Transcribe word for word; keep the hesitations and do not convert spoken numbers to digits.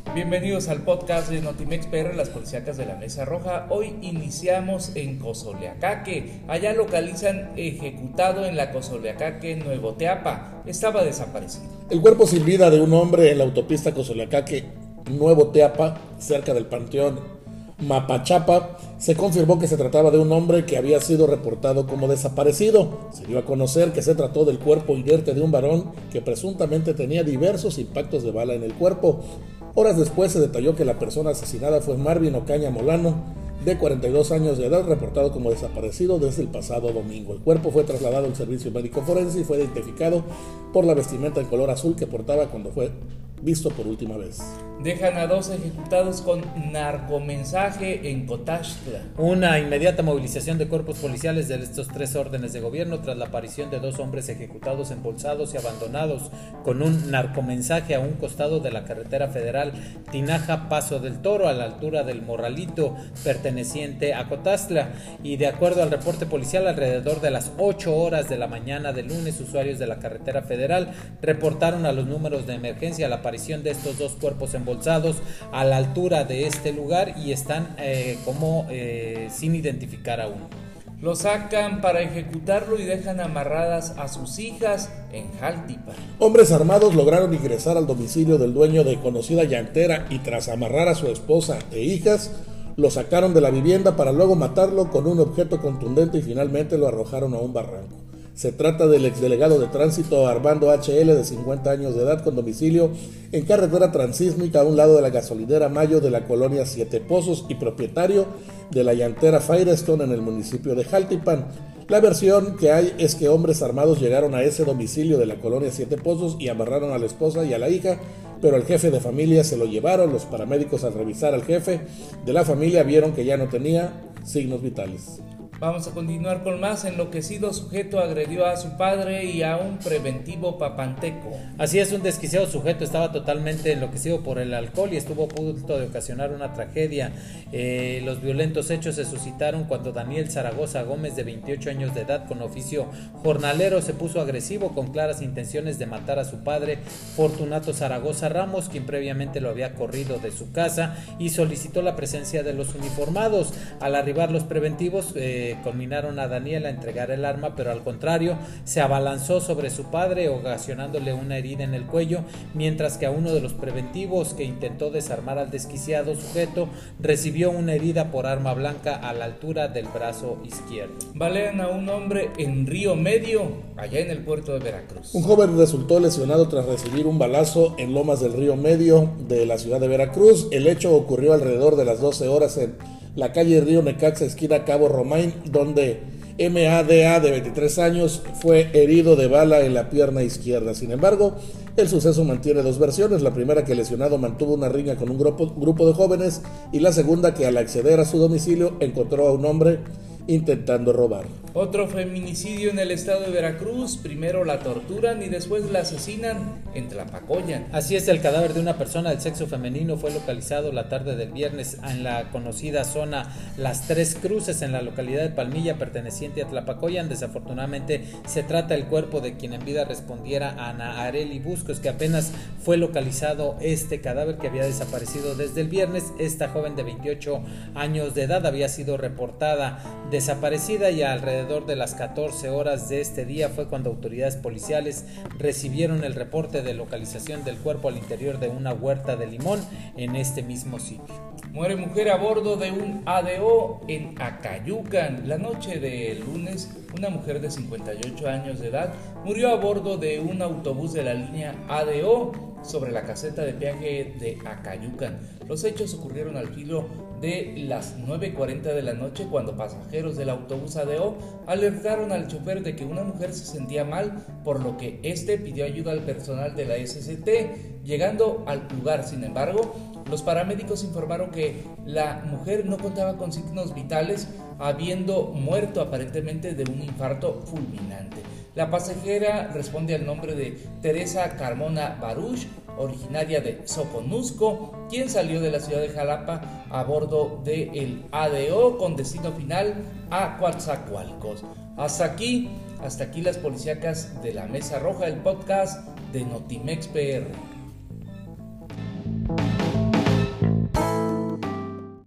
Bienvenidos al podcast de Notimex P R, las policíacas de la Mesa Roja. Hoy iniciamos en Cozoleacaque. Allá localizan ejecutado en la Cozoleacaque, Nuevo Teapa. Estaba desaparecido. El cuerpo sin vida de un hombre en la autopista Cozoleacaque, Nuevo Teapa, cerca del panteón Mapachapa, se confirmó que se trataba de un hombre que había sido reportado como desaparecido. Se dio a conocer que se trató del cuerpo inerte de un varón que presuntamente tenía diversos impactos de bala en el cuerpo. Horas después se detalló que la persona asesinada fue Marvin Ocaña Molano, de cuarenta y dos años de edad, reportado como desaparecido desde el pasado domingo. El cuerpo fue trasladado al servicio médico forense y fue identificado por la vestimenta en color azul que portaba cuando fue visto por última vez. Dejan a dos ejecutados con narcomensaje en Cotaxtla. Una inmediata movilización de cuerpos policiales de estos tres órdenes de gobierno tras la aparición de dos hombres ejecutados, embolsados y abandonados con un narcomensaje a un costado de la carretera federal Tinaja-Paso del Toro, a la altura del Morralito, perteneciente a Cotaxtla. Y de acuerdo al reporte policial, alrededor de las ocho horas de la mañana del lunes, usuarios de la carretera federal reportaron a los números de emergencia la aparición de estos dos cuerpos embolsados a la altura de este lugar y están eh, como eh, sin identificar aún. Lo sacan para ejecutarlo y dejan amarradas a sus hijas en Jaltipan. Hombres armados lograron ingresar al domicilio del dueño de conocida llantera y tras amarrar a su esposa e hijas, lo sacaron de la vivienda para luego matarlo con un objeto contundente y finalmente lo arrojaron a un barranco. Se trata del exdelegado de tránsito Armando H L, de cincuenta años de edad, con domicilio en carretera transísmica a un lado de la gasolinera Mayo de la colonia Siete Pozos y propietario de la llantera Firestone en el municipio de Jaltipan. La versión que hay es que hombres armados llegaron a ese domicilio de la colonia Siete Pozos y amarraron a la esposa y a la hija, pero al jefe de familia se lo llevaron. Los paramédicos, al revisar al jefe de la familia, vieron que ya no tenía signos vitales. Vamos a continuar con más. Enloquecido sujeto agredió a su padre y a un preventivo papanteco. Así es, un desquiciado sujeto estaba totalmente enloquecido por el alcohol y estuvo a punto de ocasionar una tragedia. Eh, los violentos hechos se suscitaron cuando Daniel Zaragoza Gómez, de veintiocho años de edad, con oficio jornalero, se puso agresivo con claras intenciones de matar a su padre, Fortunato Zaragoza Ramos, quien previamente lo había corrido de su casa, y solicitó la presencia de los uniformados. Al arribar los preventivos, eh, culminaron a Daniel a entregar el arma, pero al contrario, se abalanzó sobre su padre, ocasionándole una herida en el cuello, mientras que a uno de los preventivos, que intentó desarmar al desquiciado sujeto, recibió una herida por arma blanca a la altura del brazo izquierdo. Balean a un hombre en Río Medio, allá en el puerto de Veracruz. Un joven resultó lesionado tras recibir un balazo en Lomas del Río Medio de la ciudad de Veracruz. El hecho ocurrió alrededor de las doce horas en la calle Río Necaxa, esquina Cabo Romain, donde M A D A, de veintitrés años, fue herido de bala en la pierna izquierda. Sin embargo, el suceso mantiene dos versiones: la primera, que el lesionado mantuvo una riña con un grupo, grupo de jóvenes, y la segunda, que al acceder a su domicilio encontró a un hombre intentando robar. Otro feminicidio en el estado de Veracruz. Primero la torturan y después la asesinan en Tlapacoyan. Así es, el cadáver de una persona del sexo femenino fue localizado la tarde del viernes en la conocida zona Las Tres Cruces, en la localidad de Palmilla, perteneciente a Tlapacoyan. Desafortunadamente se trata del cuerpo de quien en vida respondiera a Ana Areli Buscos, que apenas fue localizado este cadáver, que había desaparecido desde el viernes. Esta joven de veintiocho años de edad había sido reportada desaparecida y alrededor de las catorce horas de este día fue cuando autoridades policiales recibieron el reporte de localización del cuerpo al interior de una huerta de limón en este mismo sitio. Muere mujer a bordo de un A D O en Acayucan. La noche del lunes, una mujer de cincuenta y ocho años de edad murió a bordo de un autobús de la línea A D O sobre la caseta de peaje de Acayucan. Los hechos ocurrieron al filo de las nueve cuarenta de la noche, cuando pasajeros del autobús A D O alertaron al chofer de que una mujer se sentía mal, por lo que este pidió ayuda al personal de la S C T. Llegando al lugar, sin embargo, los paramédicos informaron que la mujer no contaba con signos vitales, habiendo muerto aparentemente de un infarto fulminante. La pasajera responde al nombre de Teresa Carmona Baruch, originaria de Soconusco, quien salió de la ciudad de Jalapa a bordo del A D O con destino final a Coatzacoalcos. Hasta aquí, hasta aquí las policíacas de la Mesa Roja, el podcast de Notimex P R.